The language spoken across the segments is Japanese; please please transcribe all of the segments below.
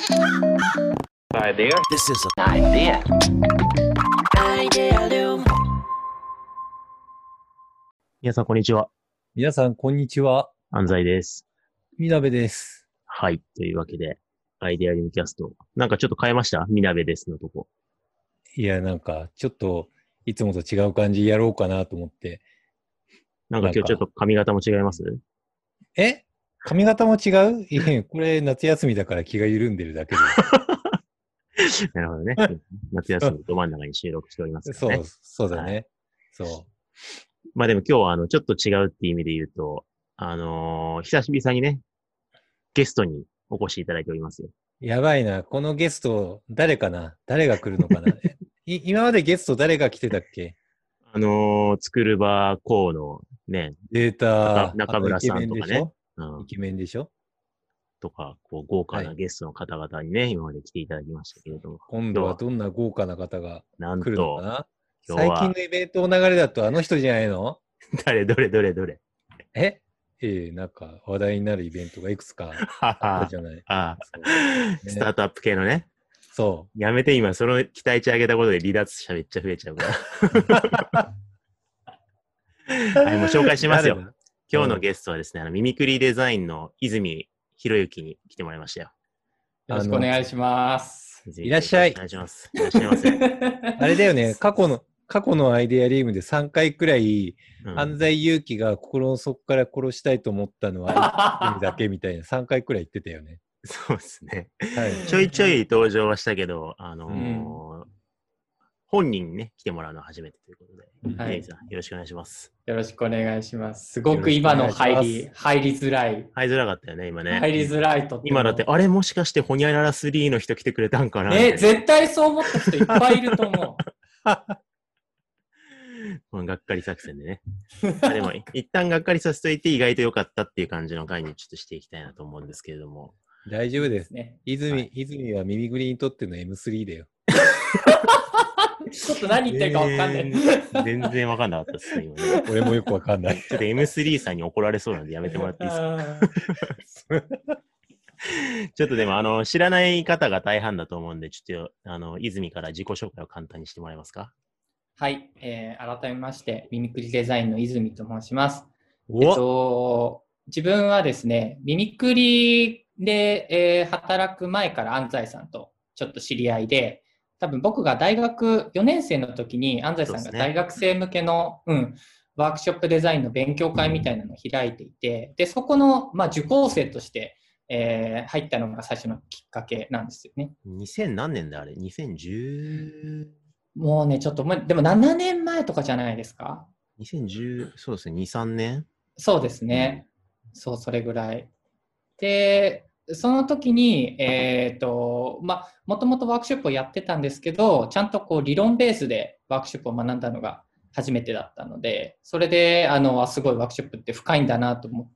Idea. This is an idea. Idea. 皆さん、こんにちは。 皆さん、こんにちは。 安西です。 みなべです。 はい。というわけで、アイデアリウムキャスト。なんかちょっと変えましたみなべですのとこ。 いや、なんか、ちょっと、いつもと違う感じやろうかなと思って。 なんか今日ちょっと髪型も違います？ 髪型も違う？いや、これ夏休みだから気が緩んでるだけで。 なるほどね。夏休みど真ん中に収録しておりますからね。 そうだね。はい、そう。 まあでも今日はちょっと違うっていう意味で言うと、久しぶりにね、ゲストにお越しいただいておりますよ。 やばいな。このゲスト、誰かな？誰が来るのかな？今までゲスト誰が来てたっけ？ 作る場校のね、 データ、 中村さんとかね。 イケメンでしょ？ とか、こう、豪華なゲストの方々にね、今まで来ていただきましたけれども。 今度はどんな豪華な方が来るのかな？最近のイベントの流れだとあの人じゃないの？ どれなんか話題になるイベントがいくつかあったじゃない。 スタートアップ系のね。 そう。 やめて今、その期待値上げたことで離脱者めっちゃ増えちゃうから。はい、もう紹介しますよ。今日のゲストはですね、ミミクリデザインの泉博之に来てもらいましたよ。 よろしくお願いします。 いらっしゃい。 お願いします。いらっしゃいませ。 あれだよね、過去のアイデアリウムで3回くらい、安西祐樹が心の底から殺したいと思ったのはだけみたいな3回くらい言ってたよね。 そうですね。はい、ちょいちょい登場はしたけど、本人にね、来てもらうのは初めてということで、はい、よろしくお願いします。 よろしくお願いします。すごく今の入りづらい。 入りづらかったよね、今ね。 入りづらいと。 今だって、あれもしかしてホニャララ3の人来てくれたんかな？ 絶対そう思った人いっぱいいると思う。 このがっかり作戦でね。でも、一旦がっかりさせといて意外と良かったっていう感じの回にちょっとしていきたいなと思うんですけれども。 大丈夫ですね。泉は耳ぐりにとっての M3 だよ。 ちょっと何言ってるか分かんない。 全然分かんなかったですね、今ね。 俺もよく分かんない。 ちょっと M3 さんに怒られそうなんでやめてもらっていいですか？ちょっとでも、知らない方が大半だと思うんで、ちょっと、泉から自己紹介を簡単にしてもらえますか？ はい、改めまして、ミミクリデザインの泉と申します。自分はですね、ミミクリで、働く前から安西さんとちょっと知り合いで、多分僕が大学4年生の時に安西さんが大学生向けの、ワークショップデザインの勉強会みたいなのを開いていて、で、そこの、受講生として、入ったのが最初のきっかけなんですよね。 2000何年であれ ?2010？ もうね、ちょっと、でも7年前とかじゃないですか？ 2010、そうですね、2、3年？ そうですね。それぐらい。で、その時に、もともとワークショップをやってたんですけど、ちゃんとこう理論ベースでワークショップを学んだのが初めてだったので、それですごいワークショップって深いんだなと思って、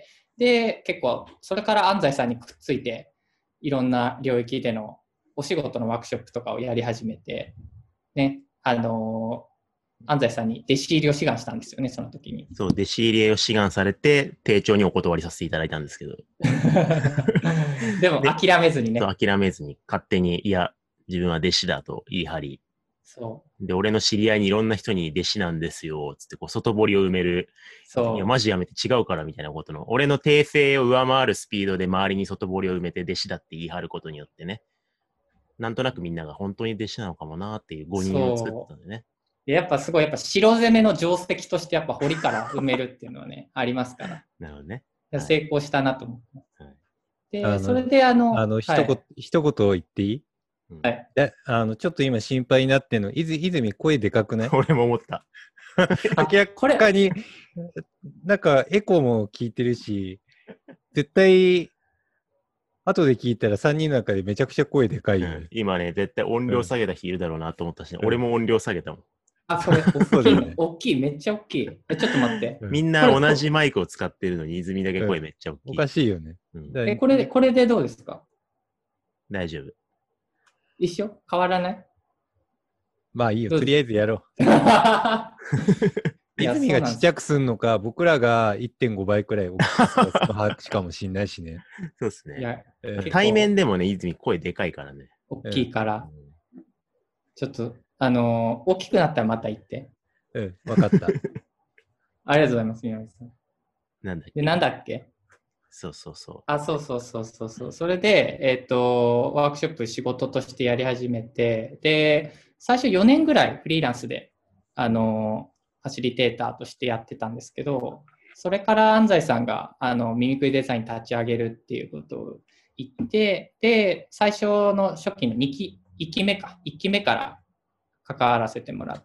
で、結構、それから安西さんにくっついて、いろんな領域でのお仕事のワークショップとかをやり始めて、ね、安西さんに弟子入りを志願したんですよね、その時に。 そう、弟子入りを志願されて、丁重にお断りさせていただいたんですけど。 でも諦めずにね。 そう、諦めずに、勝手に、いや、自分は弟子だと言い張り。 そう。 で、俺の知り合いにいろんな人に弟子なんですよ、つって、こう、外堀を埋める。そう。いや、マジやめて違うから、みたいなことの。俺の訂正を上回るスピードで周りに外堀を埋めて弟子だって言い張ることによってね。なんとなくみんなが本当に弟子なのかもなっていう誤認を作ったんでね。 やっぱすごい、白攻めの定石としてやっぱ堀から埋めるっていうのはね、ありますから。 なるほどね。 成功したなと思ってます。はい、で、それで一言言っていい？ はい。 ちょっと今心配になってんの、泉声でかくない？ 俺も思った。 明らかに、なんかエコーも聞いてるし、絶対、後で聞いたら3人の中でめちゃくちゃ声でかいよね。 今ね、絶対音量下げた人いるだろうなと思ったし、俺も音量下げたもん。 それ、大きい、めっちゃ大きい。ちょっと待って。 みんな同じマイクを使ってるのに、泉だけ声めっちゃ大きい。 おかしいよね。 これでどうですか？ 大丈夫。 一緒？変わらない？ まあいいよ、とりあえずやろう。 いや泉がちっちゃくすんのか、僕らが 1.5 倍くらい大きくするかその話かもしんないしね。 そうですね。 いや、 対面でもね、泉声でかいからね。 大きいから、ちょっと、大きくなったらまた言って。 わかった。 ありがとうございます、宮部さん。 なんだっけ。 で、なんだっけ。 そうそうそう。 あ、そうそうそうそうそう。それで、ワークショップ仕事としてやり始めて、で、最初4年ぐらいフリーランスで、ファシリテーターとしてやってたんですけど、それから安西さんが、ミミクリデザイン立ち上げるっていうことを言って、で、最初の初期の1期目から関わらせてもらって、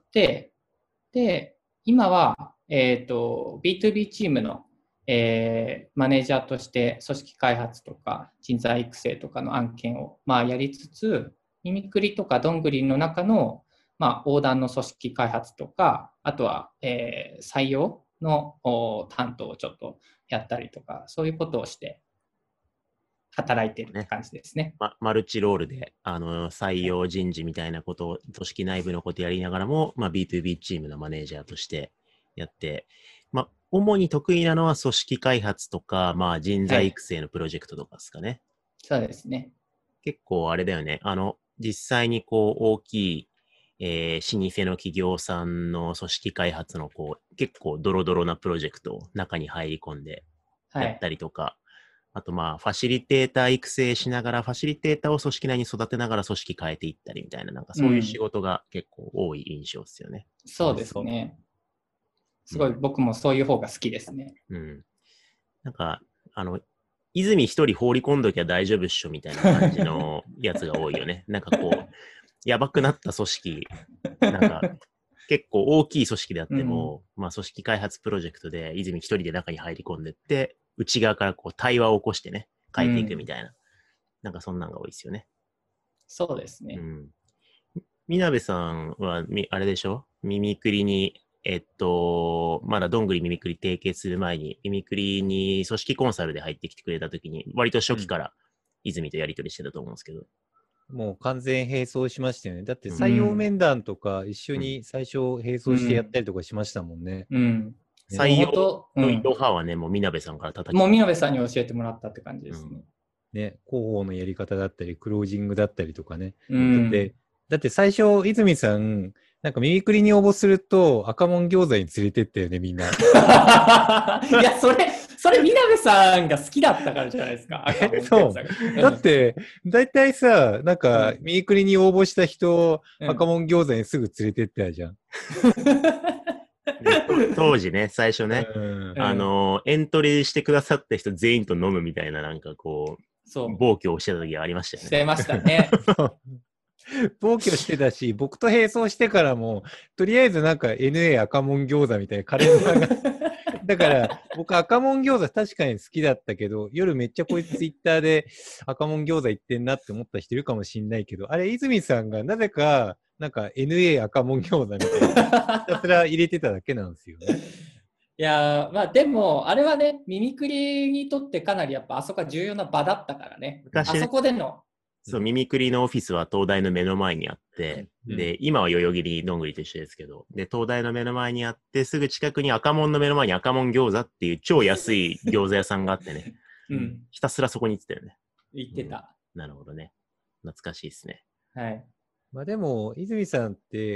で、今は、B2B チームのマネージャーとして組織開発とか人材育成とかの案件をやりつつ、ミミクリとかどんぐりの中の横断の組織開発とか、あとは採用の担当をちょっとやったりとか、そういうことをして働いてるって感じですね。 マルチロールで採用人事みたいなことを組織内部のことやりながらも、B2B チームのマネージャーとしてやって、主に得意なのは組織開発とか、人材育成のプロジェクトとかですかね。 そうですね。 結構あれだよね。実際に大きい、老舗の企業さんの組織開発の結構ドロドロなプロジェクトを中に入り込んでやったりとか、あとファシリテーター育成しながら、ファシリテーターを組織内に育てながら組織変えていったりみたいな、そういう仕事が結構多い印象ですよね。 そうですね。すごい僕もそういう方が好きですね。 泉一人放り込んどきゃ大丈夫っしょみたいな感じのやつが多いよね。やばくなった組織、結構大きい組織であっても、組織開発プロジェクトで泉一人で中に入り込んでって、内側から対話を起こしてね、変えていくみたいな。そんなんが多いですよね。 そうですね。 みなべさんは、あれでしょ？ミミクリに、まだどんぐりミミクリ提携する前に、ミミクリに組織コンサルで入ってきてくれたときに、割と初期から泉とやり取りしてたと思うんですけど。 もう完全並走しましたよね。だって採用面談とか一緒に最初並走してやったりとかしましたもんね。 採用のいろははね、もうみなべさんから叩き。 もうみなべさんに教えてもらったって感じですね。 ね、広報のやり方だったり、クロージングだったりとかね。だって最初、泉さん、ミミクリに応募すると赤門餃子に連れてったよね、みんな。いや、それ、みなべさんが好きだったからじゃないですか。 そう。だって、だいたいさ、ミミクリに応募した人、赤門餃子にすぐ連れてったじゃん。 当時ね、最初ね、エントリーしてくださった人全員と飲むみたいな、暴挙をしてた時がありましたよね。 してましたね。 暴挙してたし、僕と並走してからも、とりあえずNA 赤門餃子みたいなカレンダーが。だから、僕赤門餃子確かに好きだったけど、夜めっちゃこいつツイッターで赤門餃子行ってんなって思った人いるかもしんないけど、あれ、泉さんがなぜか、NA 赤門餃子みたいな、ひたすら入れてただけなんですよね。 いやでも、あれはね、ミミクリにとってかなりやっぱあそこは重要な場だったからね。あそこでの。 そう、ミミクリのオフィスは東大の目の前にあって、で、今は代々木にどんぐりと一緒ですけど、で、東大の目の前にあって、すぐ近くに赤門の目の前に赤門餃子っていう超安い餃子屋さんがあってね。ひたすらそこに行ってたよね。 行ってた。 なるほどね。懐かしいですね。 はい。 でも、泉さんって、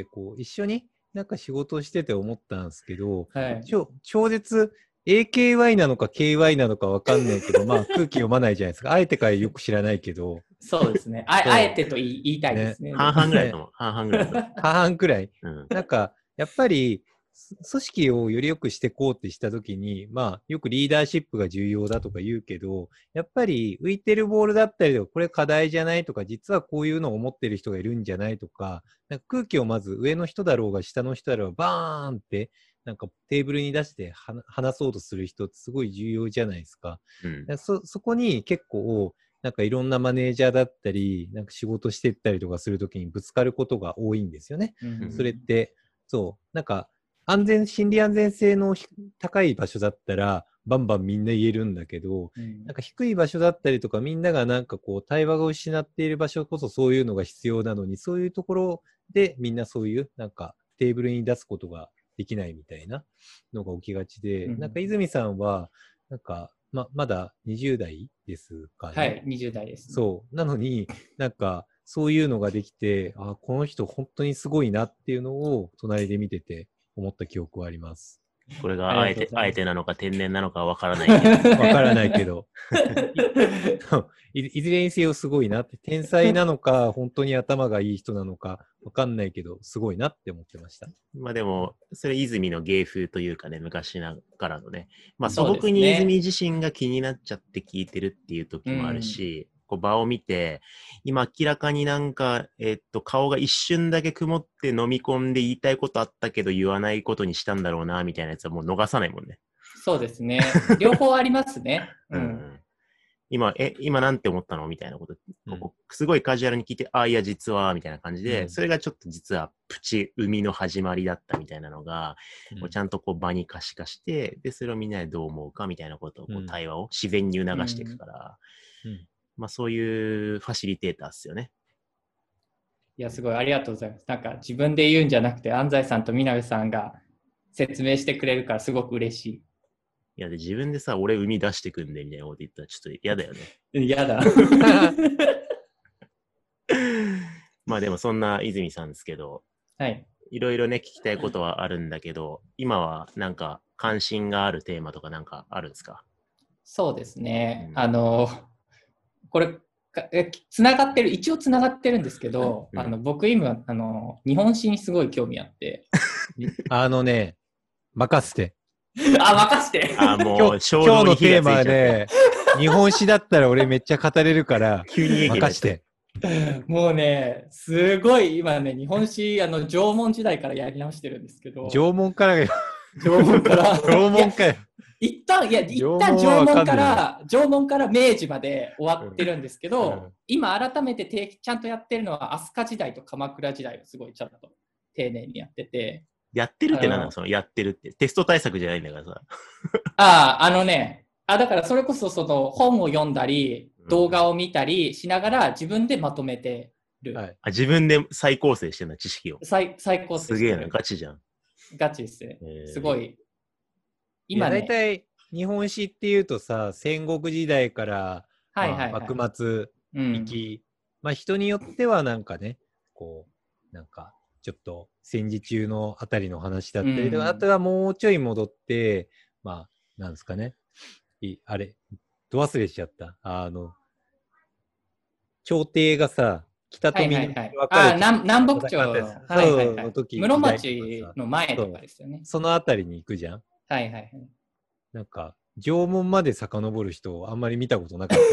一緒に仕事をしてて思ったんですけど、超絶 AKY なのか KY なのかわかんないけど、空気読まないじゃないですか。あえてかよく知らないけど。 そうですね。あえてと言いたいですね。 半々ぐらいだと思う。半々ぐらい。 半々くらい。やっぱり、組織をより良くしていこうってしたときに、よくリーダーシップが重要だとか言うけど、やっぱり浮いてるボールだったりとか、これ課題じゃないとか、実はこういうのを思ってる人がいるんじゃないとか、空気をまず上の人だろうが下の人だろうが、バーンって、テーブルに出して話そうとする人ってすごい重要じゃないですか。そこに結構、いろんなマネージャーだったり、仕事してったりとかするときにぶつかることが多いんですよね。それって、そう、心理安全性の高い場所だったら、バンバンみんな言えるんだけど、低い場所だったりとか、みんなが対話が失っている場所こそそういうのが必要なのに、そういうところでみんなそういう、テーブルに出すことができないみたいなのが起きがちで、 うんなんか泉さんは、なんか、まだ20代ですかね。 はい、20代です、ね。 そう。なのに、なんか、そういうのができて、あ、この人本当にすごいなっていうのを隣で見てて思った記憶はあります。 これがあえて、あえてなのか天然なのかわからないけど。 わからないけど。いずれにせよすごいなって、天才なのか、本当に頭がいい人なのか、わかんないけど、すごいなって思ってました。 まあでも、それ泉の芸風というかね、昔ながらのね。まあ素そうですね朴に泉自身が気になっちゃって聞いてるっていう時もあるし、こう場を見て、今明らかになんか、顔が一瞬だけ曇って飲み込んで言いたいことあったけど言わないことにしたんだろうな、みたいなやつはもう逃さないもんね。 そうですね。両方ありますね。 今なんて思ったのみたいなこと、すごいカジュアルに聞いて、あ、いや、実は、みたいな感じで、それがちょっと実はプチ生みの始まりだったみたいなのが、ちゃんとこう場に可視化して、で、それをみんなでどう思うかみたいなことを、対話を自然に促していくから、まあそういうファシリテーターっすよね。 いや、すごい、ありがとうございます。なんか自分で言うんじゃなくて、安西さんと南さんが説明してくれるからすごく嬉しい。 いや、で、自分でさ、俺生み出してくんで、みたいなこと言ったらちょっと嫌だよね。 嫌だ。 まあでもそんな泉さんですけど、 はい。 いろいろね、聞きたいことはあるんだけど、今はなんか関心があるテーマとかなんかあるんですか？ そうですね。これ、つながってる、一応つながってるんですけど、僕今、日本史にすごい興味あって。 任せて。 任せて。 もう今日のテーマで、日本史だったら俺めっちゃ語れるから、 急に任せて。 もうね、すごい今ね、日本史、縄文時代からやり直してるんですけど。 縄文からよ。 縄文から。 縄文かよ。 一旦縄文から明治まで終わってるんですけど、今改めてちゃんとやってるのは飛鳥時代と鎌倉時代をすごいちゃんと丁寧にやってて。 やってるって何なの？そのやってるって。テスト対策じゃないんだからさ。 だからそれこそその本を読んだり、動画を見たりしながら自分でまとめてる。 自分で再構成してるの、知識を。 再構成してる。 すげえな、ガチじゃん。 ガチですね。すごい。今ね。 大体日本史っていうとさ、戦国時代から幕末行き、人によってはなんかね、こう、なんかちょっと戦時中のあたりの話だったりとか、あとはもうちょい戻って、なんですかね。ど忘れしちゃった。朝廷がさ、北と南に分かれて、 南北朝の時、室町の前とかですよね。 そのあたりに行くじゃん。なんか、縄文まで遡る人をあんまり見たことなか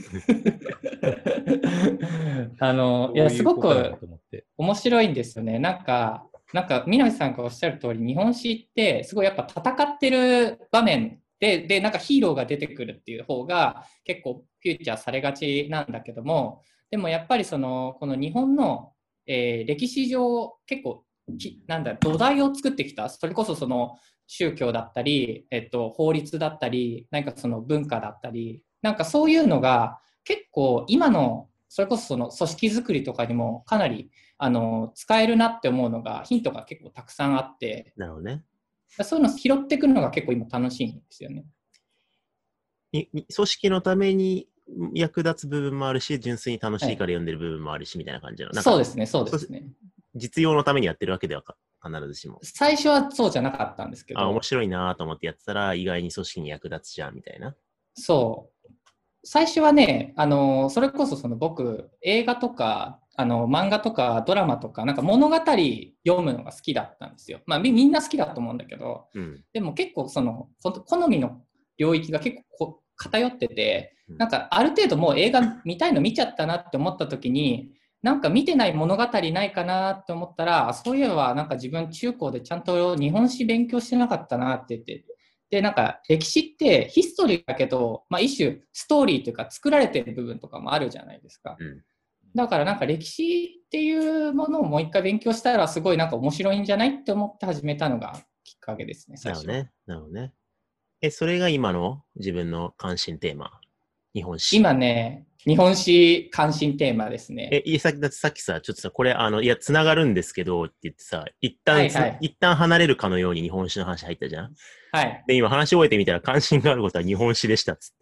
った。 いや、すごく面白いんですよね。なんか、南さんがおっしゃる通り、日本史ってすごいやっぱ戦ってる場面で、なんかヒーローが出てくるっていう方が結構フューチャーされがちなんだけども、でもやっぱりこの日本の、歴史上結構土台を作ってきた、それこそその宗教だったり、法律だったり、なんかその文化だったり、なんかそういうのが結構今のそれこそその組織づくりとかにもかなり使えるなって思うのがヒントが結構たくさんあって、 なるほどね。 そういうのを拾ってくるのが結構今楽しいんですよね。 組織のために役立つ部分もあるし、純粋に楽しいから読んでる部分もあるし、みたいな感じの。 そうですね、そうですね。 実用のためにやってるわけでは必ずしも。 最初はそうじゃなかったんですけど。 面白いなと思ってやってたら、意外に組織に役立つじゃん、みたいな。 そう。最初はね、それこそ僕、映画とか、漫画とかドラマとか、なんか物語読むのが好きだったんですよ。みんな好きだと思うんだけど、でも結構好みの領域が結構偏ってて、なんかある程度もう映画見たいの見ちゃったなって思った時に、なんか見てない物語ないかなって思ったら、そういえばなんか自分中高でちゃんと日本史勉強してなかったなって言って、で、なんか歴史ってヒストリーだけど、一種ストーリーというか作られてる部分とかもあるじゃないですか。だからなんか歴史っていうものをもう一回勉強したらすごいなんか面白いんじゃないって思って始めたのがきっかけですね、最初。 なるほどね。それが今の自分の関心テーマ、日本史。 今ね、 日本史関心テーマですね。 さっきさ、ちょっとさ、これ、いや、つながるんですけど、って言ってさ、一旦離れるかのように日本史の話入ったじゃん。 はい。 で、今話を終えてみたら関心があることは日本史でしたっつって。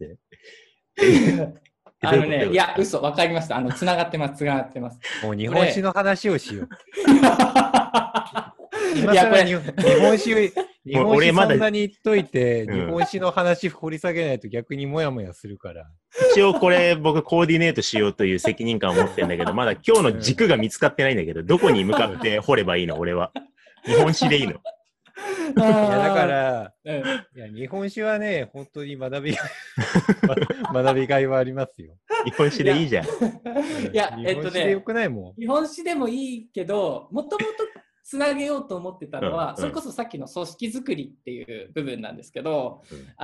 いや、嘘、わかりました。つながってます。 もう日本史の話をしよう。今更日本史そんなに言っといて、日本史の話掘り下げないと逆にモヤモヤするから。 一応これ僕コーディネートしようという責任感を持ってるんだけど、まだ今日の軸が見つかってないんだけど、どこに向かって掘ればいいの俺は。日本史でいいの？ いやだから、いや日本史はね、本当に学びがいはありますよ。 日本史でいいじゃん。 いや、 日本史でよくないもん。 日本史でもいいけど、もともとつなげようと思ってたのは、それこそさっきの組織づくりっていう部分なんですけど、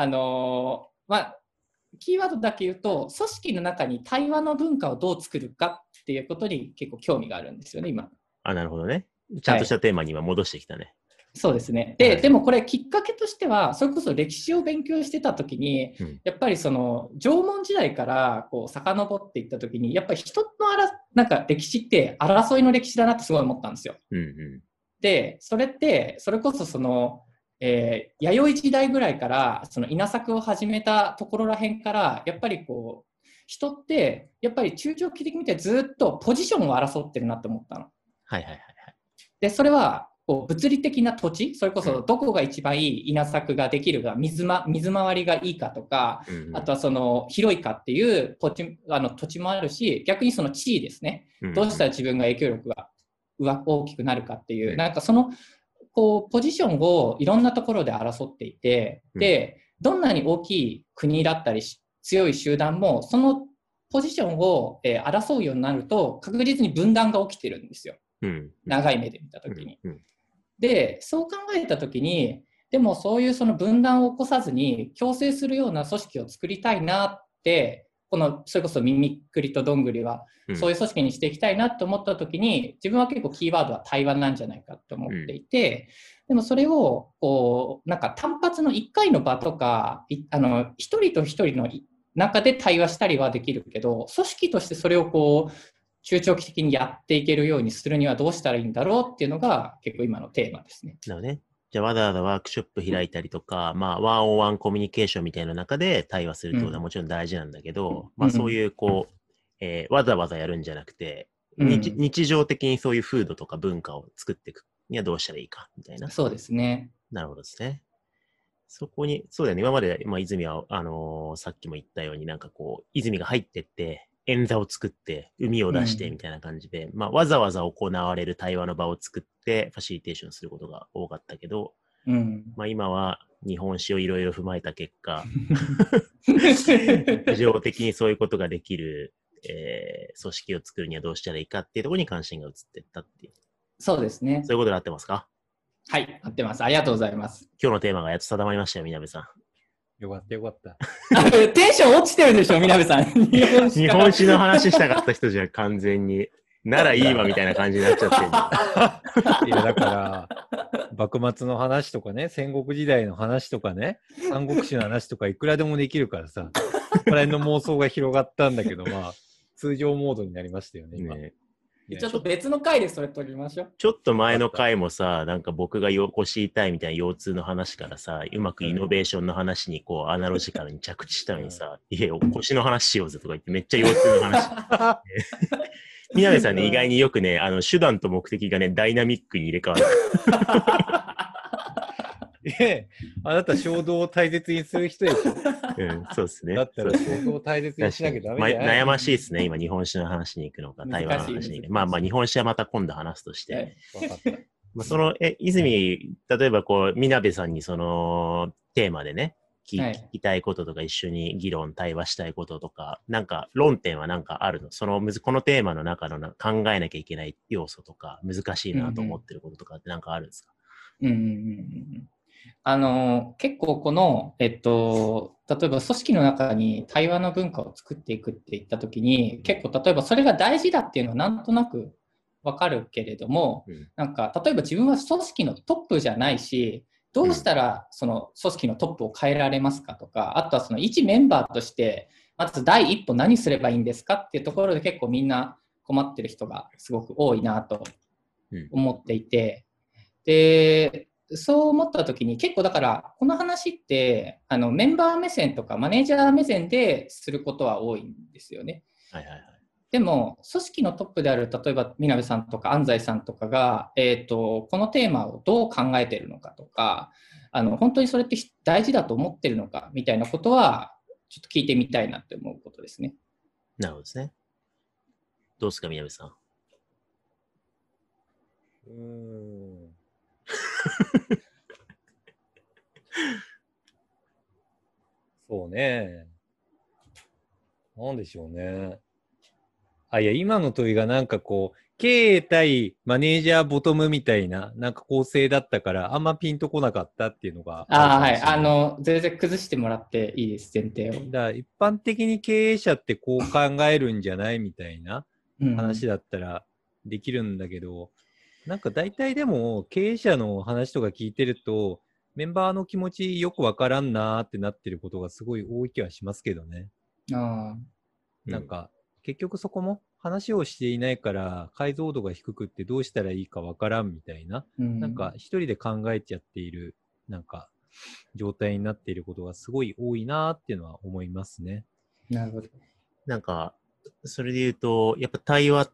キーワードだけ言うと、組織の中に対話の文化をどう作るかっていうことに結構興味があるんですよね、今。 なるほどね。ちゃんとしたテーマに今戻してきたね。 そうですね。でもこれきっかけとしては、それこそ歴史を勉強してたときに、やっぱりその縄文時代からこう遡っていったときに、やっぱり人のなんか歴史って争いの歴史だなってすごい思ったんですよ。で、それってそれこそその、弥生時代ぐらいからその稲作を始めたところらへんから、やっぱりこう人ってやっぱり中長期的に見てずっとポジションを争ってるなって思ったの。で、それはこう物理的な土地、それこそどこが一番いい稲作ができるか、水回りがいいかとか、あとはその広いかっていう土地もあるし、逆にその地位ですね、どうしたら自分が影響力が大きくなるかっていう、なんかそのこうポジションをいろんなところで争っていて、でどんなに大きい国だったり強い集団もそのポジションを争うようになると確実に分断が起きてるんですよ、長い目で見たときに。で、そう考えたときに、でもそういうその分断を起こさずに共生するような組織を作りたいなって、それこそミミックリとどんぐりはそういう組織にしていきたいなと思ったときに、自分は結構キーワードは対話なんじゃないかと思っていて、でもそれをこうなんか単発の1回の場とか一人と一人の中で対話したりはできるけど、組織としてそれをこう中長期的にやっていけるようにするにはどうしたらいいんだろうっていうのが結構今のテーマですね。 なるほどね。じゃあわざわざワークショップ開いたりとか、ワンオンワンコミュニケーションみたいな中で対話するってことはもちろん大事なんだけど、そういうこう、わざわざやるんじゃなくて、日常的にそういう風土とか文化を作っていくにはどうしたらいいかみたいな。 そうですね。 なるほどですね。そこに、そうだよね。今まで、泉は、さっきも言ったようになんかこう、泉が入ってって、演座を作って、海を出してみたいな感じで、わざわざ行われる対話の場を作って、ファシリテーションすることが多かったけど、今は日本史をいろいろ踏まえた結果、日常的にそういうことができる、組織を作るにはどうしたらいいかっていうところに関心が移っていったっていう。 そうですね。 そういうことで合ってますか？ はい、合ってます。ありがとうございます。 今日のテーマがやっと定まりましたよ、みなべさん。 よかったよかった。 テンション落ちてるでしょ、みなべさん。 日本史の話したかった人じゃ完全に。ならいいわみたいな感じになっちゃってる。 いやだから幕末の話とかね、戦国時代の話とかね、三国志の話とかいくらでもできるからさ、ここら辺の妄想が広がったんだけど、通常モードになりましたよね、今。 ちょっと別の回でそれ取りましょう。 ちょっと前の回もさ、なんか僕が腰痛いみたいな腰痛の話からさ、うまくイノベーションの話にこうアナロジカルに着地したのにさ、いや、腰の話しようぜとか言ってめっちゃ腰痛の話。みなべさんね、意外によくね、手段と目的がね、ダイナミックに入れ替わる。 あなた衝動を大切にする人でしょ。 そうですね。 だったら衝動を大切にしなきゃダメじゃない。 悩ましいですね、今日本史の話に行くのか、対話の話に行く。日本史はまた今度話すとして。 分かった。 その、泉、例えばこう、みなべさんにその、テーマでね、聞きたいこととか一緒に議論、対話したいこととか、なんか論点はなんかあるの？このテーマの中の考えなきゃいけない要素とか、難しいなと思ってることとかってなんかあるんですか？ 結構この、例えば組織の中に対話の文化を作っていくっていったときに、結構例えばそれが大事だっていうのはなんとなくわかるけれども、なんか例えば自分は組織のトップじゃないし、どうしたらその組織のトップを変えられますかとか、あとはその一メンバーとしてまず第一歩何すればいいんですかっていうところで結構みんな困ってる人がすごく多いなと思っていて、で、そう思った時に結構だからこの話ってメンバー目線とかマネージャー目線ですることは多いんですよね。 はいはいはい。 でも組織のトップである例えば南さんとか安西さんとかが、このテーマをどう考えているのかとか本当にそれって大事だと思ってるのかみたいなことはちょっと聞いてみたいなって思うことですね。 なるほどですね。どうですか、南さん。 そうね。なんでしょうね。いや、今の問いがなんかこう、経営対マネージャーボトムみたいな、なんか構成だったから、あんまピンとこなかったっていうのがあるかもしれない。 はい。全然崩してもらっていいです、前提を。 だから一般的に経営者ってこう考えるんじゃないみたいな話だったらできるんだけど、なんか大体でも経営者の話とか聞いてると、メンバーの気持ちよくわからんなーってなってることがすごい多い気はしますけどね。なんか、結局そこも話をしていないから解像度が低くってどうしたらいいかわからんみたいな、なんか一人で考えちゃっているなんか状態になっていることがすごい多いなっていうのは思いますね。 なるほど。 なんかそれで言うとやっぱ対話って、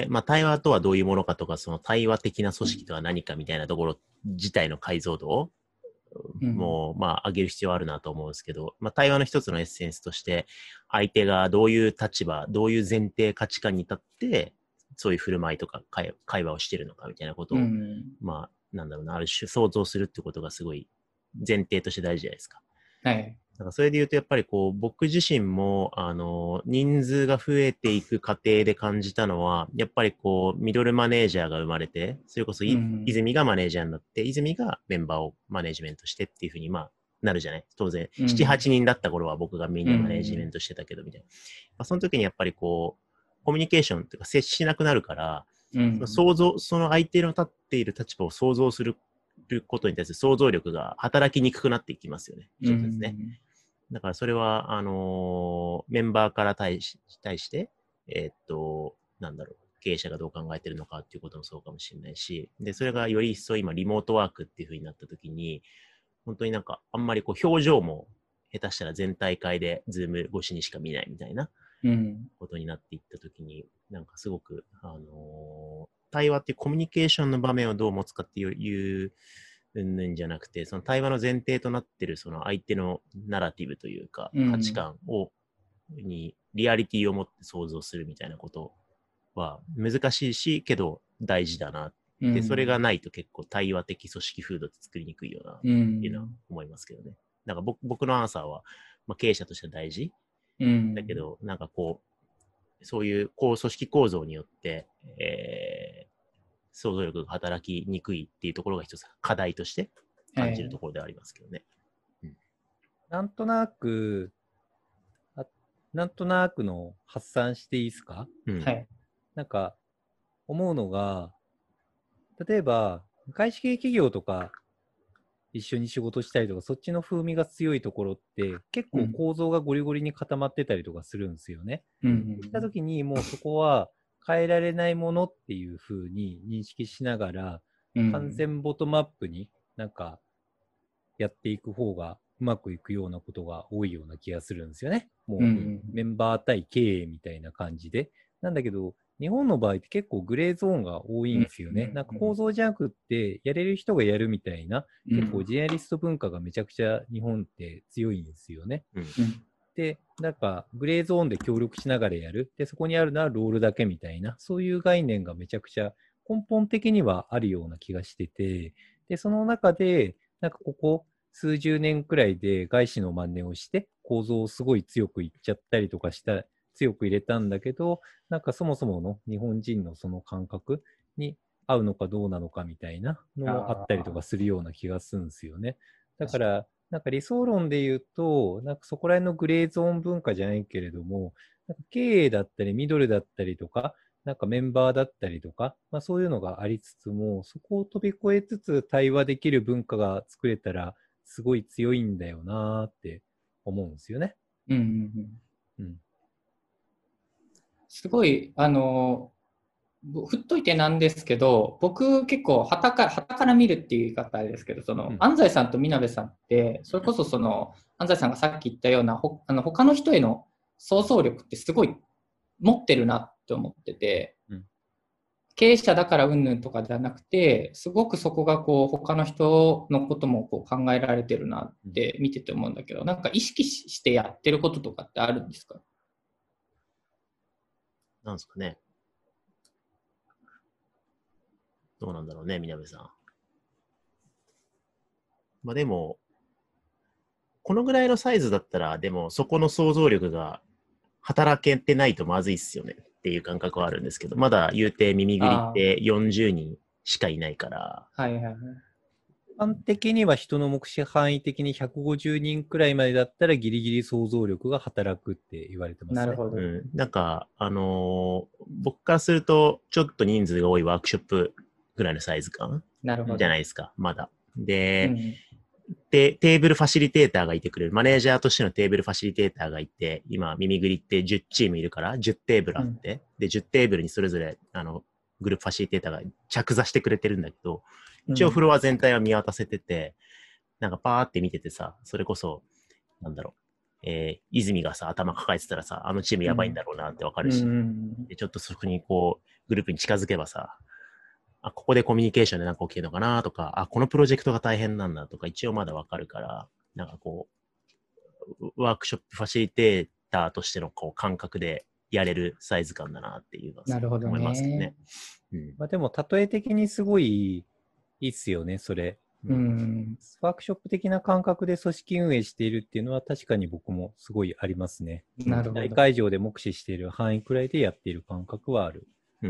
まあ対話とはどういうものかとか、その対話的な組織とは何かみたいなところ自体の解像度をもう、まあ、上げる必要はあるなと思うんですけど、まあ、対話の一つのエッセンスとして、相手がどういう立場、どういう前提、価値観に立って、そういう振る舞いとか会話をしてるのかみたいなことを、まあ、なんだろうな、ある種想像するってことがすごい前提として大事じゃないですか。 はい。 なんかそれで言うと、やっぱりこう、僕自身も、人数が増えていく過程で感じたのは、やっぱりこう、ミドルマネージャーが生まれて、それこそ泉がマネージャーになって、泉がメンバーをマネージメントしてっていうふうに、まあ、なるじゃない。当然、7、8人だった頃は僕がみんなマネージメントしてたけど、みたいな。まあ、その時にやっぱりこう、コミュニケーションっていうか、接しなくなるから、その相手の立っている立場を想像することに対する想像力が働きにくくなっていきますよね。一つですね。だからそれは、メンバーから対して、なんだろう、経営者がどう考えてるのかっていうこともそうかもしれないし、で、それがより一層今リモートワークっていう風になった時に、本当になんかあんまりこう表情も下手したら全体会でズーム越しにしか見ないみたいなことになっていった時に、なんかすごく、対話っていうコミュニケーションの場面をどう持つかっていううんぬんじゃなくて、その対話の前提となっているその相手のナラティブというか、価値観にリアリティを持って想像するみたいなことは難しいし、けど大事だな。で、それがないと結構対話的組織風土って作りにくいよな、っていうのは思いますけどね。なんか僕のアンサーは、まあ、経営者としては大事。だけど、なんかこう、そういう組織構造によって、想像力が働きにくいっていうところが一つ課題として感じるところではありますけどね。 なんとなくの発散していいですか？ はい。 なんか思うのが、例えば外資系企業とか一緒に仕事したりとか、そっちの風味が強いところって結構構造がゴリゴリに固まってたりとかするんですよね。した時にもうそこは変えられないものっていう風に認識しながら、完全ボトムアップになんかやっていく方がうまくいくようなことが多いような気がするんですよね。もうメンバー対経営みたいな感じで。なんだけど、日本の場合って結構グレーゾーンが多いんですよね。なんか構造じゃなくって、やれる人がやるみたいな、結構ジェネリスト文化がめちゃくちゃ日本って強いんですよね。で、なんかグレーゾーンで協力しながらやる。で、そこにあるのはロールだけみたいな、そういう概念がめちゃくちゃ根本的にはあるような気がしてて、で、その中で、なんかここ数十年くらいで外資の真似をして構造をすごい強くいっちゃったりとかした強く入れたんだけど、なんかそもそもの日本人のその感覚に合うのかどうなのかみたいなのもあったりとかするような気がするんですよね。だから、なんか理想論で言うと、なんかそこら辺のグレーゾーン文化じゃないけれども、なんか経営だったりミドルだったりとか、なんかメンバーだったりとか、まあ、そういうのがありつつも、そこを飛び越えつつ対話できる文化が作れたら、すごい強いんだよなーって思うんですよね。 うん、 すごい、振っといてなんですけど、僕結構旗から見るっていう言い方あれですけど、安西さんとみなべさんって、それこそ安西さんがさっき言ったような、他の人への想像力ってすごい持ってるなって思ってて、経営者だからうんぬんとかじゃなくて、すごくそこがこう他の人のこともこう考えられてるなって見てて思うんだけど、なんか意識してやってることとかってあるんですか？ なんですかね。どうなんだろうね、みなべさん。まあでも、このぐらいのサイズだったら、でもそこの想像力が働けてないとまずいっすよねっていう感覚はあるんですけど、まだ言うて耳ぐりって40人しかいないから。 はいはいはい。 一般的には人の目視範囲的に150人くらいまでだったらギリギリ想像力が働くって言われてますね。 なるほど。 なんか、僕からすると、ちょっと人数が多いワークショップぐらいのサイズ感じゃないですか、まだ。で、テーブルファシリテーターがいてくれる。マネージャーとしてのテーブルファシリテーターがいて、今、耳ぐりって10チームいるから、10テーブルあって、で、10テーブルにそれぞれ、グループファシリテーターが着座してくれてるんだけど、一応フロア全体は見渡せてて、なんかパーって見ててさ、それこそ、なんだろう、泉がさ、頭抱えてたらさ、あのチームやばいんだろうなってわかるし、で、ちょっとそこにこう、グループに近づけばさ、あ、ここでコミュニケーションでなんか起きるのかなとか、あ、このプロジェクトが大変なんだとか、一応まだわかるから、なんかこう、ワークショップファシリテーターとしてのこう感覚でやれるサイズ感だなっていうのは思いますけどね。 まあでも、例え的にすごいいいっすよね、それ。ワークショップ的な感覚で組織運営しているっていうのは確かに僕もすごいありますね。 なるほど。 大会場で目視している範囲くらいでやっている感覚はある。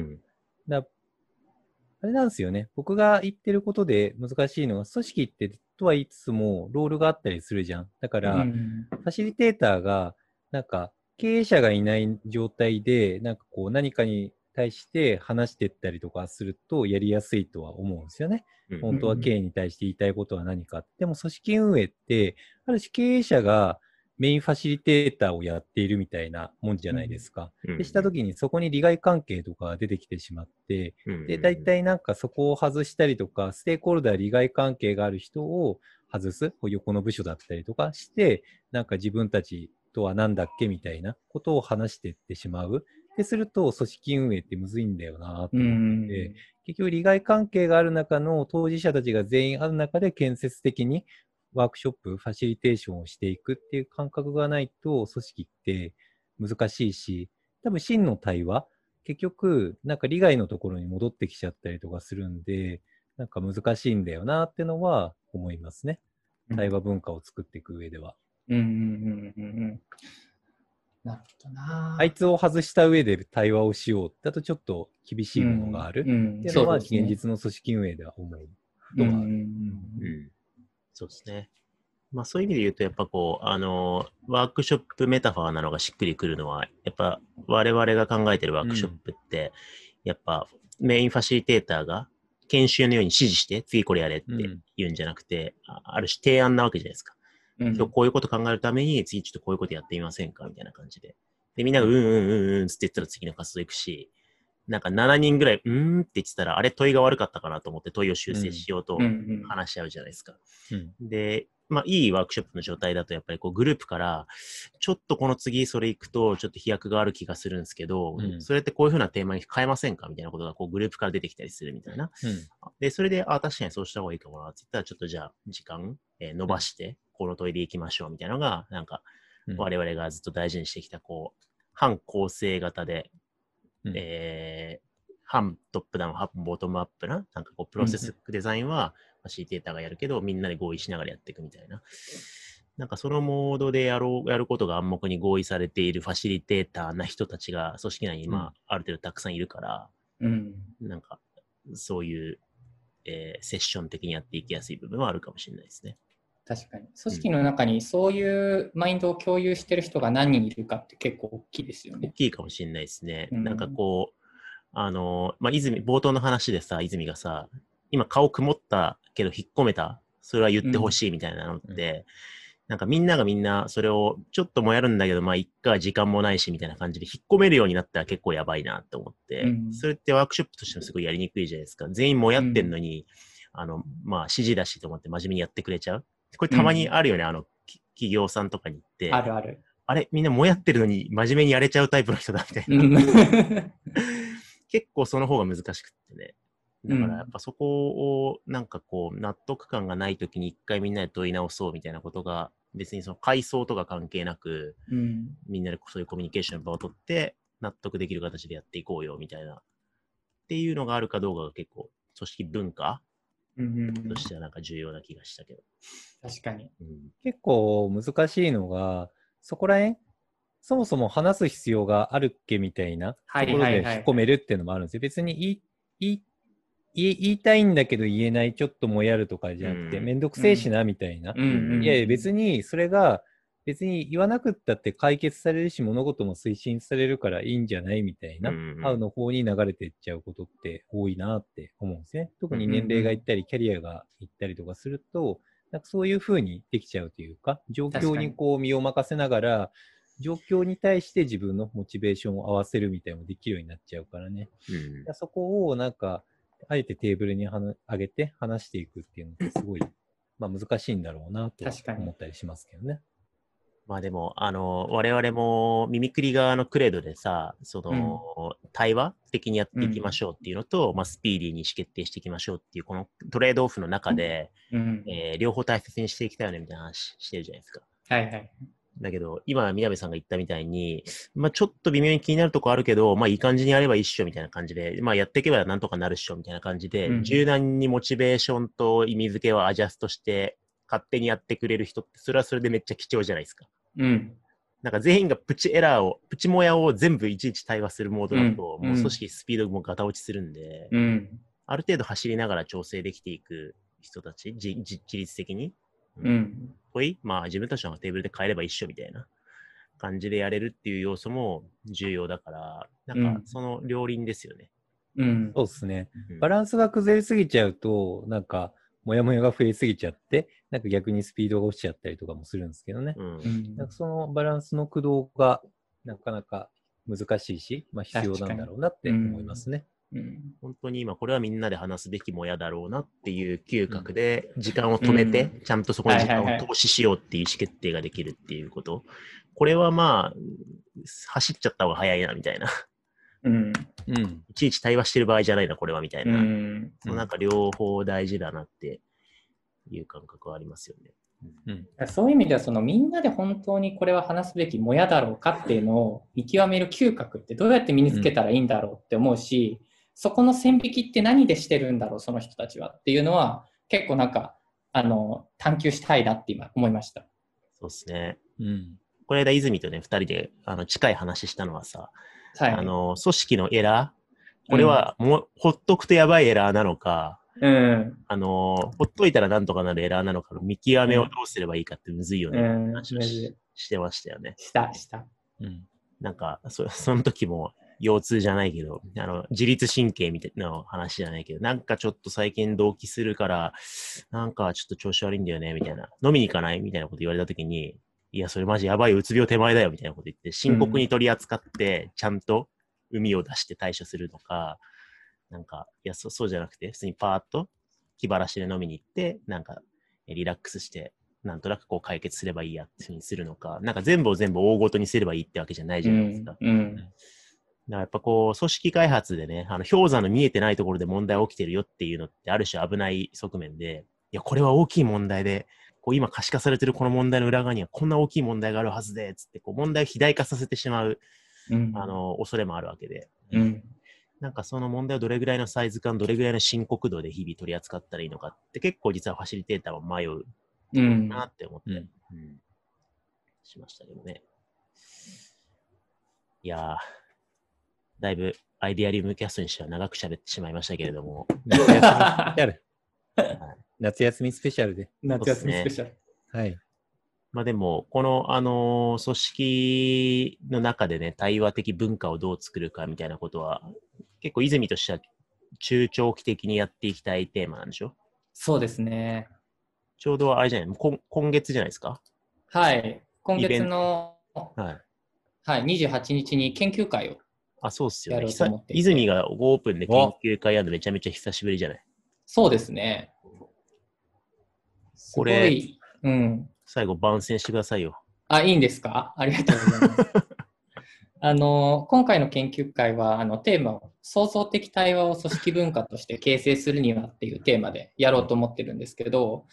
あれなんですよね。僕が言ってることで難しいのは、組織ってとは言いつつもロールがあったりするじゃん。だから、ファシリテーターがなんか経営者がいない状態でなんかこう何かに対して話していったりとかするとやりやすいとは思うんですよね。本当は経営に対して言いたいことは何か。でも組織運営ってある種経営者がメインファシリテーターをやっているみたいなもんじゃないですか。でしたときにそこに利害関係とか出てきてしまって、で、大体なんかそこを外したりとか、ステークホルダー利害関係がある人を外す、横の部署だったりとかして、なんか自分たちとは何だっけみたいなことを話していってしまう。ですると、組織運営ってむずいんだよなと思って、結局利害関係がある中の当事者たちが全員ある中で建設的にワークショップ、ファシリテーションをしていくっていう感覚がないと、組織って難しいし、多分真の対話、結局、なんか利害のところに戻ってきちゃったりとかするんで、なんか難しいんだよなってのは思いますね。対話文化を作っていく上では。 なるほどな。 あいつを外した上で対話をしようだとちょっと厳しいものがあるっていうのは現実の組織運営では思うことがある。 そうですね。まあそういう意味で言うと、やっぱこう、ワークショップメタファーなのがしっくりくるのは、やっぱ我々が考えてるワークショップって、やっぱメインファシリテーターが研修のように指示して、次これやれって言うんじゃなくて、ある種提案なわけじゃないですか。今日こういうこと考えるために、次ちょっとこういうことやってみませんかみたいな感じで。で、みんながつって言ったら次の活動行くし、なんか7人ぐらい、って言ってたら、あれ問いが悪かったかなと思って問いを修正しようと話し合うじゃないですか。で、まあいいワークショップの状態だとやっぱりこうグループから、ちょっとこの次それ行くとちょっと飛躍がある気がするんですけど、それってこういう風なテーマに変えませんかみたいなことがこうグループから出てきたりするみたいな。で、それで、確かにそうした方がいいかもなって言ったら、ちょっとじゃあ時間、伸ばして、この問いで行きましょうみたいなのが、なんか我々がずっと大事にしてきた、こう、反構成型で、反トップダウン、反ボトムアップな、なんかこう、プロセスデザインは、ファシリテーターがやるけど、みんなで合意しながらやっていくみたいな。なんかそのモードでやることが暗黙に合意されているファシリテーターな人たちが組織内に今、ある程度たくさんいるから、なんか、そういう、セッション的にやっていきやすい部分はあるかもしれないですね。 確かに。組織の中にそういうマインドを共有してる人が何人いるかって結構大きいですよね。 大きいかもしれないですね。なんかこう、まあ、冒頭の話でさ、泉がさ、今顔曇ったけど引っ込めた、それは言ってほしいみたいなのって、 なんかみんながみんなそれをちょっともやるんだけど、まあ一回時間もないしみたいな感じで引っ込めるようになったら結構やばいなって思って、それってワークショップとしてもすごいやりにくいじゃないですか。全員もやってんのに、まあ指示だしと思って真面目にやってくれちゃう。これたまにあるよね、企業さんとかに行って。 あるある。 あれみんなもやってるのに真面目にやれちゃうタイプの人だみたいな。結構その方が難しくってね。だからやっぱそこをなんかこう納得感がないときに一回みんなで問い直そうみたいなことが別にその階層とか関係なく、みんなでそういうコミュニケーションの場を取って納得できる形でやっていこうよみたいなっていうのがあるかどうかが結構組織文化としてはなんか重要な気がしたけど。 確かに。 結構難しいのが、そこら辺そもそも話す必要があるっけみたいなところで引っ込めるっていうのもあるんですよ。別に言いたいんだけど言えない、ちょっともやるとかじゃなくて、めんどくせえしなみたいな。いやいや別にそれが別に言わなくったって解決されるし、物事も推進されるからいいんじゃないみたいな、青の方に流れていっちゃうことって多いなって思うんですね。特に年齢がいったり、キャリアがいったりとかすると、なんかそういう風にできちゃうというか、状況にこう身を任せながら、状況に対して自分のモチベーションを合わせるみたいなのもできるようになっちゃうからね。そこをなんか、あえてテーブルに上げて話していくっていうのってすごい、まあ難しいんだろうなと思ったりしますけどね。 まあでも、我々もミミクリ側のクレードでさ、対話的にやっていきましょうっていうのと、まあスピーディーに意思決定していきましょうっていう、このトレードオフの中で、両方大切にしていきたいよねみたいな話してるじゃないですか。 はいはい。 だけど、今、みなべさんが言ったみたいに、まあちょっと微妙に気になるとこあるけど、まあいい感じにやればいいっしょみたいな感じで、まあやっていけばなんとかなるっしょみたいな感じで、柔軟にモチベーションと意味付けをアジャストして、勝手にやってくれる人って、それはそれでめっちゃ貴重じゃないですか。なんか全員がプチモヤを全部いちいち対話するモードだと、もう組織スピードもガタ落ちするんで、ある程度走りながら調整できていく人たち、自律的に。まあ自分たちのテーブルで変えれば一緒みたいな感じでやれるっていう要素も重要だから、なんかその両輪ですよね。 そうですね。バランスが崩れすぎちゃうと、なんか、もやもやが増えすぎちゃって、なんか逆にスピードが落ちちゃったりとかもするんですけどね。なんかそのバランスの駆動がなかなか難しいし、まあ必要なんだろうなって思いますね。 本当に今これはみんなで話すべきもやだろうなっていう嗅覚で時間を止めて、ちゃんとそこに時間を投資しようっていう意思決定ができるっていうこと。これはまあ、走っちゃった方が早いなみたいな。いちいち対話してる場合じゃないな、これはみたいな。なんか両方大事だなっていう感覚はありますよね。 そういう意味ではみんなで本当にこれは話すべきもやだろうかっていうのを見極める嗅覚ってどうやって身につけたらいいんだろうって思うし、そこの線引きって何でしてるんだろうその人たちはっていうのは結構なんか探求したいなって今思いました。 そうですね。この間泉とね2人で近い話したのはさ、組織のエラー、これはもう、ほっとくとやばいエラーなのか、ほっといたらなんとかなるエラーなのかの見極めをどうすればいいかってむずいよね。話をしてましたよね。 した。 なんかその時も腰痛じゃないけど、自律神経みたいな話じゃないけど、なんかちょっと最近同期するから、なんかちょっと調子悪いんだよね、みたいな。飲みに行かないみたいなこと言われた時に、いや、それマジやばい、うつ病手前だよ、みたいなこと言って、深刻に取り扱って、ちゃんと海を出して対処するのか、なんか、いや、そうじゃなくて、普通にパーッと気晴らしで飲みに行って、なんか、リラックスして、なんとなくこう解決すればいいやっていうふうにするのか、なんか全部を全部大ごとにすればいいってわけじゃないじゃないですか。だからやっぱこう、組織開発でね、氷山の見えてないところで問題起きてるよっていうのって、ある種危ない側面で、いや、これは大きい問題で、こう今可視化されてるこの問題の裏側にはこんな大きい問題があるはずで、つってこう問題を肥大化させてしまう、恐れもあるわけで。なんかその問題をどれぐらいのサイズ感、どれぐらいの深刻度で日々取り扱ったらいいのかって結構実はファシリテーターは迷うなって思って、しましたけどね。いやー、だいぶアイデアリウムキャストにしては長く喋ってしまいましたけれども。 夏休みスペシャルで。 夏休みスペシャル。 はい。 まあでも、この、組織の中でね、対話的文化をどう作るかみたいなことは、結構泉としては中長期的にやっていきたいテーマなんでしょ？ そうですね。 ちょうどあれじゃない、今月じゃないですか？ はい。今月の、 はい。 はい、28日に研究会を。 あ、そうっすよね。 やろうと思っていて泉がオープンで研究会やるのめちゃめちゃ久しぶりじゃない。 そうですね。すごい。うん。 最後番宣してくださいよ。 あ、いいんですか？ありがとうございます。今回の研究会は、テーマを創造的対話を組織文化として形成するにはっていうテーマでやろうと思ってるんですけど、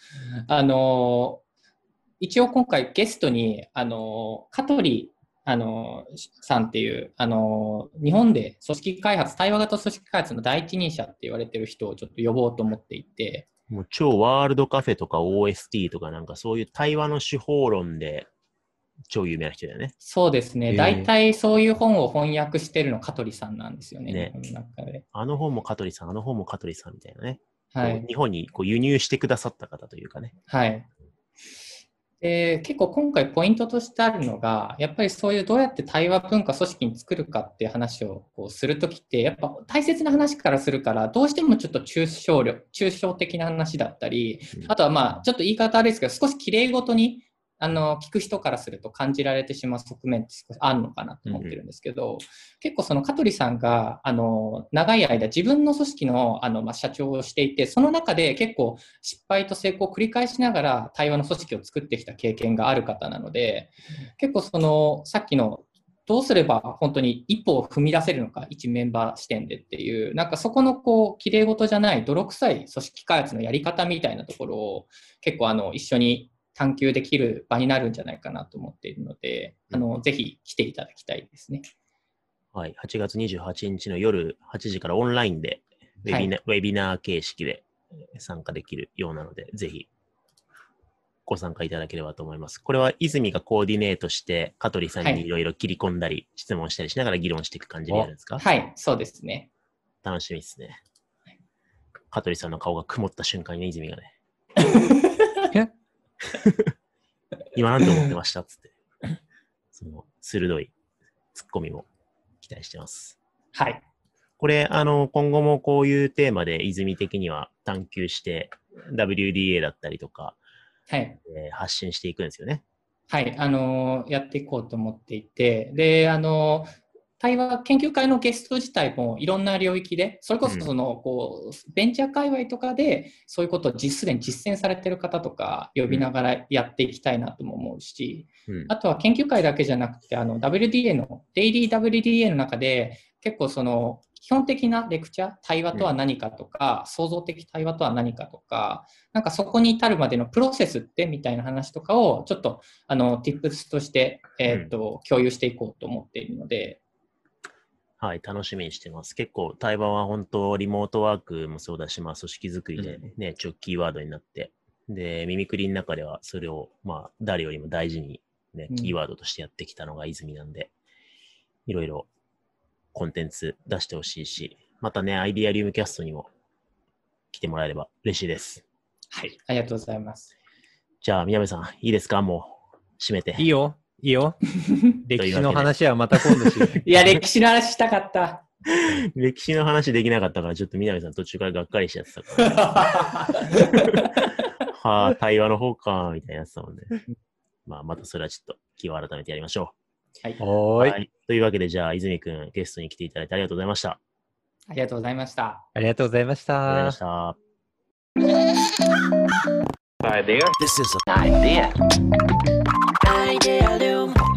一応今回ゲストに、香取さんっていう、日本で組織開発、対話型組織開発の第一人者って言われてる人をちょっと呼ぼうと思っていて。 もう超ワールドカフェとか OST とかなんかそういう対話の手法論で超有名な人だよね。 そうですね。大体そういう本を翻訳してるの香取さんなんですよね。 ね、 日本の中で。 あの本も香取さん、あの本も香取さんみたいなね。 はい。 日本にこう輸入してくださった方というかね。 はい。結構今回ポイントとしてあるのが、やっぱりそういうどうやって対話文化組織に作るかっていう話をこうするときって、やっぱ大切な話からするから、どうしてもちょっと抽象的な話だったり、あとはまあちょっと言い方悪いですけど、少し綺麗ごとに聞く人からすると感じられてしまう側面って少しあるのかなと思ってるんですけど、結構その香取さんが長い間自分の組織の社長をしていて、その中で結構失敗と成功を繰り返しながら対話の組織を作ってきた経験がある方なので、結構そのさっきのどうすれば本当に一歩を踏み出せるのか、一メンバー視点でっていう、なんかそこのこう綺麗事じゃない泥臭い組織開発のやり方みたいなところを結構一緒に探求できる場になるんじゃないかなと思っているので、ぜひ来ていただきたいですね。 はい。8月28日の夜8時からオンラインでウェビナー形式で参加できるようなので、ぜひご参加いただければと思います。これは泉がコーディネートして、香取さんにいろいろ切り込んだり、質問したりしながら議論していく感じでやるんですか？ はい、そうですね。 楽しみですね。香取さんの顔が曇った瞬間にね、泉がね。今なんて思ってましたっつって。その鋭いツッコミも期待してます。 はい。 これ、今後もこういうテーマで泉的には探求して、WDA だったりとか、 はい。 発信していくんですよね。 はい。やっていこうと思っていて、で、対話研究会のゲスト自体もいろんな領域で、それこそこうベンチャー界隈とかでそういうことをすでに実践されている方とか呼びながらやっていきたいなとも思うし、あとは研究会だけじゃなくてWDA のデイリー WDA の中で結構その基本的なレクチャー、対話とは何かとか、創造的対話とは何かとか、なんかそこに至るまでのプロセスってみたいな話とかをちょっとtips として、共有していこうと思っているので、 はい、楽しみにしてます。結構対話は本当リモートワークもそうだし、まあ組織づくりでね、ちょっキーワードになって、で、耳くりの中ではそれをまあ誰よりも大事にね、キーワードとしてやってきたのが泉なんで、いろいろコンテンツ出してほしいし、またね、アイディアリウムキャストにも来てもらえれば嬉しいです。 はい、ありがとうございます。 じゃあ、宮部さん、いいですか？もう、締めて。 いいよ。いいよ。歴史の話はまた今度しよう。 いや、歴史の話したかった。 歴史の話できなかったから、ちょっと南さん途中からがっかりしちゃってたから。はあ、対話の方か、みたいなやつだもんね。まあ、またそれはちょっと気を改めてやりましょう。はい。 はい。というわけで、じゃあ、泉くん、ゲストに来ていただいてありがとうございました。 ありがとうございました。 ありがとうございました。 ありがとうございました。 Hi there. This is an idea. Idea Loom.